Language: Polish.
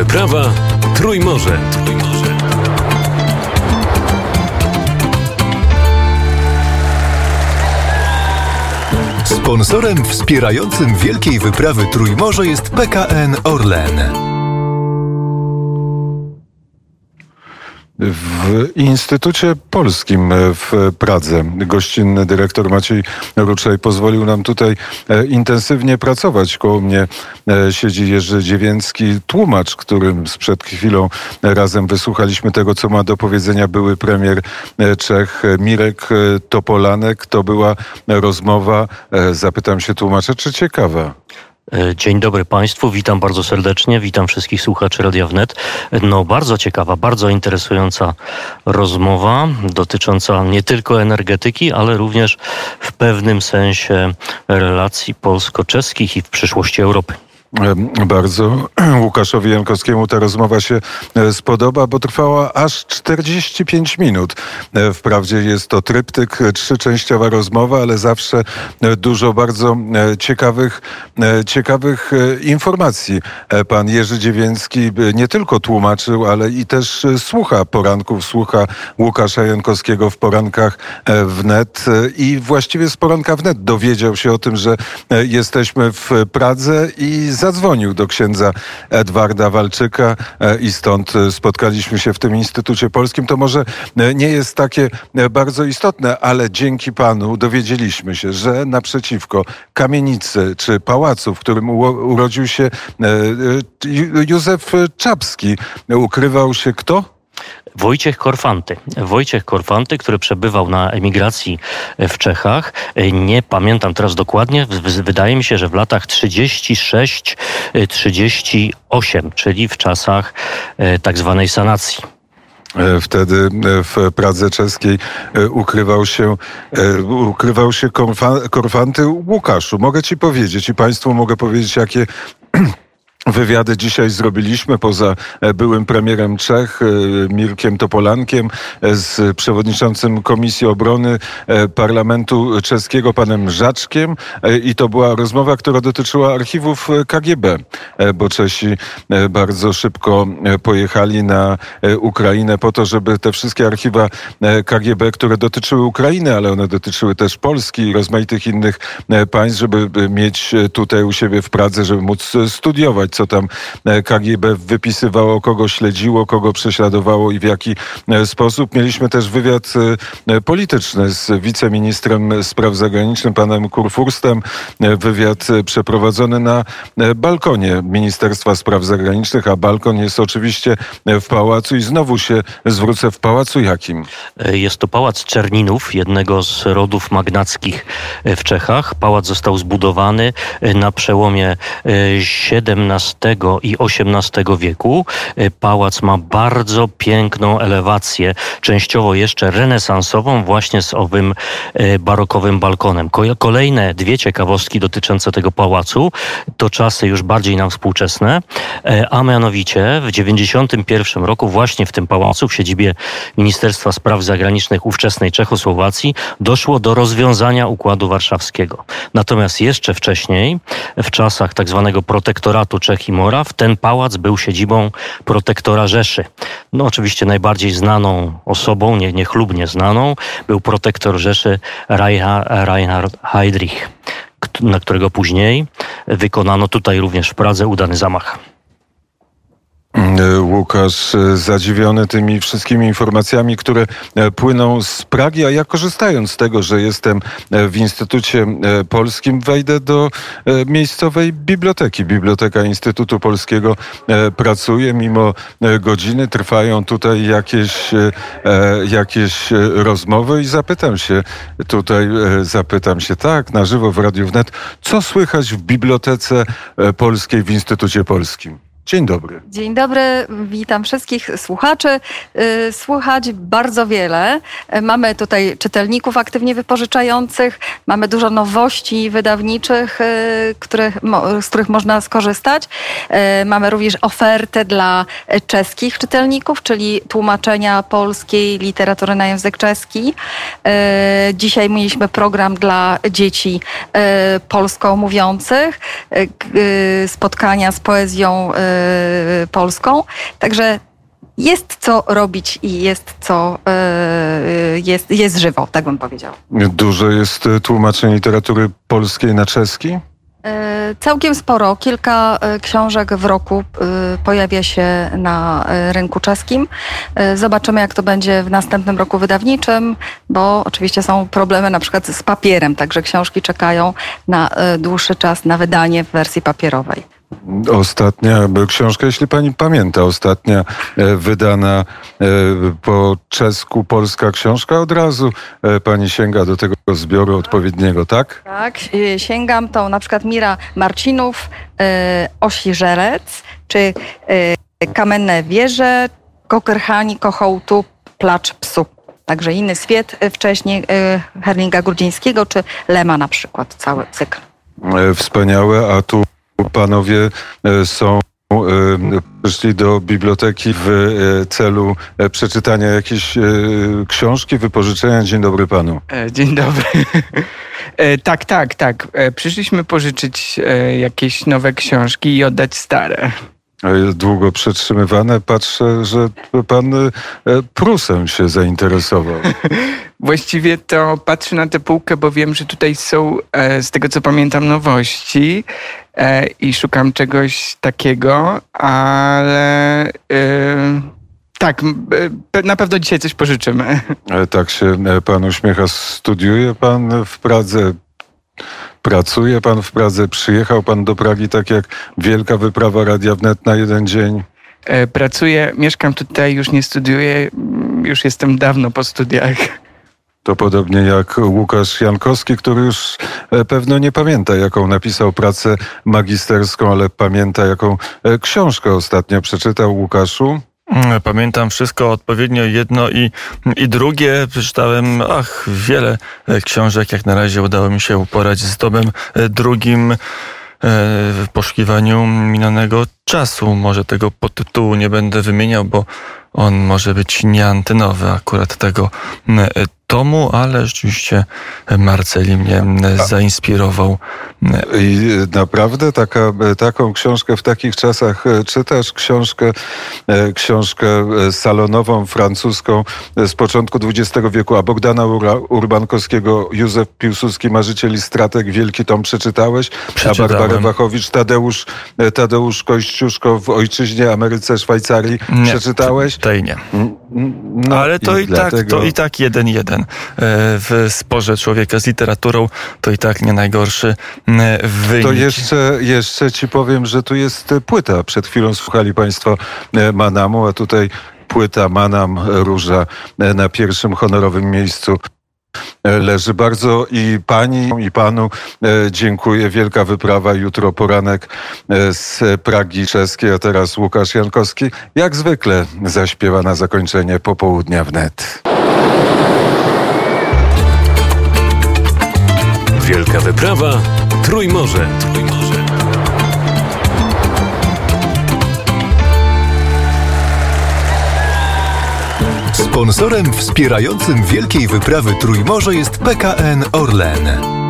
Wyprawa Trójmorze. Sponsorem wspierającym Wielkiej Wyprawy Trójmorze jest PKN Orlen. W Instytucie Polskim w Pradze gościnny dyrektor Maciej Ruczaj pozwolił nam tutaj intensywnie pracować. Koło mnie siedzi Jerzy Dziewięcki, tłumacz, którym sprzed chwilą razem wysłuchaliśmy tego, co ma do powiedzenia były premier Czech Mirek Topolanek. To była rozmowa, zapytam się tłumacza, czy ciekawa? Dzień dobry Państwu, witam bardzo serdecznie, witam wszystkich słuchaczy Radia Wnet. No bardzo ciekawa, bardzo interesująca rozmowa dotycząca nie tylko energetyki, ale również w pewnym sensie relacji polsko-czeskich i w przyszłości Europy. Bardzo Łukaszowi Jankowskiemu ta rozmowa się spodoba, bo trwała aż 45 minut. Wprawdzie jest to tryptyk, trzyczęściowa rozmowa, ale zawsze dużo bardzo ciekawych informacji. Pan Jerzy Dziewięcki nie tylko tłumaczył, ale i też słucha poranków, słucha Łukasza Jankowskiego w porankach wnet i właściwie z poranka wnet dowiedział się o tym, że jesteśmy w Pradze i zadzwonił do księdza Edwarda Walczyka i stąd spotkaliśmy się w tym Instytucie Polskim. To może nie jest takie bardzo istotne, ale dzięki panu dowiedzieliśmy się, że naprzeciwko kamienicy czy pałacu, w którym urodził się Józef Czapski, ukrywał się kto? Wojciech Korfanty, który przebywał na emigracji w Czechach. Nie pamiętam teraz dokładnie, wydaje mi się, że w latach 36-38, czyli w czasach tak zwanej sanacji. Wtedy w Pradze czeskiej ukrywał się Korfanty. Łukaszu, mogę ci powiedzieć i państwu mogę powiedzieć, jakie wywiady dzisiaj zrobiliśmy poza byłym premierem Czech Mirkiem Topolankiem z przewodniczącym Komisji Obrony Parlamentu Czeskiego panem Żaczkiem i to była rozmowa, która dotyczyła archiwów KGB, bo Czesi bardzo szybko pojechali na Ukrainę po to, żeby te wszystkie archiwa KGB, które dotyczyły Ukrainy, ale one dotyczyły też Polski i rozmaitych innych państw, żeby mieć tutaj u siebie w Pradze, żeby móc studiować, co tam KGB wypisywało, kogo śledziło, kogo prześladowało i w jaki sposób. Mieliśmy też wywiad polityczny z wiceministrem spraw zagranicznych, panem Kurfurstem. Wywiad przeprowadzony na balkonie Ministerstwa Spraw Zagranicznych, a balkon jest oczywiście w pałacu i znowu się zwrócę, w pałacu jakim? Jest to pałac Czerninów, jednego z rodów magnackich w Czechach. Pałac został zbudowany na przełomie XVII i XVIII wieku. Pałac ma bardzo piękną elewację, częściowo jeszcze renesansową, właśnie z owym barokowym balkonem. Kolejne dwie ciekawostki dotyczące tego pałacu to czasy już bardziej nam współczesne, a mianowicie w 1991 roku właśnie w tym pałacu, w siedzibie Ministerstwa Spraw Zagranicznych ówczesnej Czechosłowacji, doszło do rozwiązania Układu Warszawskiego. Natomiast jeszcze wcześniej, w czasach tak zwanego protektoratu Czech i Moraw, ten pałac był siedzibą protektora Rzeszy. No oczywiście najbardziej znaną osobą, niechlubnie znaną, był protektor Rzeszy Reinhard Heydrich, na którego później wykonano tutaj również w Pradze udany zamach. Łukasz zadziwiony tymi wszystkimi informacjami, które płyną z Pragi, a ja korzystając z tego, że jestem w Instytucie Polskim, wejdę do miejscowej biblioteki. Biblioteka Instytutu Polskiego pracuje, mimo godziny trwają tutaj jakieś rozmowy i zapytam się tak, na żywo w Radiu Wnet, co słychać w Bibliotece Polskiej w Instytucie Polskim? Dzień dobry. Dzień dobry, witam wszystkich słuchaczy. Słychać bardzo wiele. Mamy tutaj czytelników aktywnie wypożyczających, mamy dużo nowości wydawniczych, z których można skorzystać. Mamy również ofertę dla czeskich czytelników, czyli tłumaczenia polskiej literatury na język czeski. Dzisiaj mieliśmy program dla dzieci polsko mówiących, spotkania z poezją polską. Także jest co robić i jest żywo, tak bym powiedziała. Dużo jest tłumaczeń literatury polskiej na czeski? Całkiem sporo. Kilka książek w roku pojawia się na rynku czeskim. Zobaczymy, jak to będzie w następnym roku wydawniczym, bo oczywiście są problemy na przykład z papierem, także książki czekają na dłuższy czas na wydanie w wersji papierowej. Ostatnia książka, jeśli pani pamięta, ostatnia wydana po czesku polska książka, od razu pani sięga do tego zbioru odpowiedniego, tak? Tak, sięgam to na przykład Mira Marcinów, Osiżerec, czy Kamenne wieże, Kokerhani, Kochołtu, Placz psu. Także Inny świat wcześniej Herlinga Grudzińskiego, czy Lema na przykład, cały cykl. Wspaniałe, a tu panowie przyszli do biblioteki w celu przeczytania jakiejś książki, wypożyczenia. Dzień dobry panu. Dzień dobry. Tak. Przyszliśmy pożyczyć jakieś nowe książki i oddać stare. Długo przetrzymywane. Patrzę, że pan Prusem się zainteresował. Właściwie to patrzę na tę półkę, bo wiem, że tutaj są, z tego co pamiętam, nowości i szukam czegoś takiego, ale tak, na pewno dzisiaj coś pożyczymy. Tak się pan uśmiecha. Studiuje pan w Pradze? Pracuje pan w Pradze? Przyjechał pan do Pragi tak jak wielka wyprawa Radia Wnet na jeden dzień? Pracuję, mieszkam tutaj, już nie studiuję, już jestem dawno po studiach. To podobnie jak Łukasz Jankowski, który już pewno nie pamięta, jaką napisał pracę magisterską, ale pamięta, jaką książkę ostatnio przeczytał. Łukaszu? Pamiętam wszystko odpowiednio, jedno i drugie. Przeczytałem wiele książek. Jak na razie udało mi się uporać z tomem drugim w poszukiwaniu minionego czasu. Może tego podtytułu nie będę wymieniał, bo on może być nieantynowy akurat tego tomu, ale rzeczywiście Marceli mnie zainspirował. I naprawdę taką książkę w takich czasach czytasz? Książkę salonową, francuską z początku XX wieku, a Bogdana Urbankowskiego, Józef Piłsudski, Marzyciel i Strateg, wielki tom przeczytałeś? A Barbarę Wachowicz, Tadeusz Kościuszko w Ojczyźnie, Ameryce, Szwajcarii przeczytałeś? Tej nie. No, ale to i tak 1-1 w sporze człowieka z literaturą, to i tak nie najgorszy wynik. To jeszcze ci powiem, że tu jest płyta. Przed chwilą słuchali państwo Manamu, a tutaj płyta Manam, Róża na pierwszym honorowym miejscu leży. Bardzo i pani, i panu dziękuję. Wielka wyprawa, jutro poranek z Pragi czeskiej, a teraz Łukasz Jankowski jak zwykle zaśpiewa na zakończenie popołudnia wnet. Wielka wyprawa, Trójmorze. Sponsorem wspierającym Wielkiej Wyprawy Trójmorze jest PKN Orlen.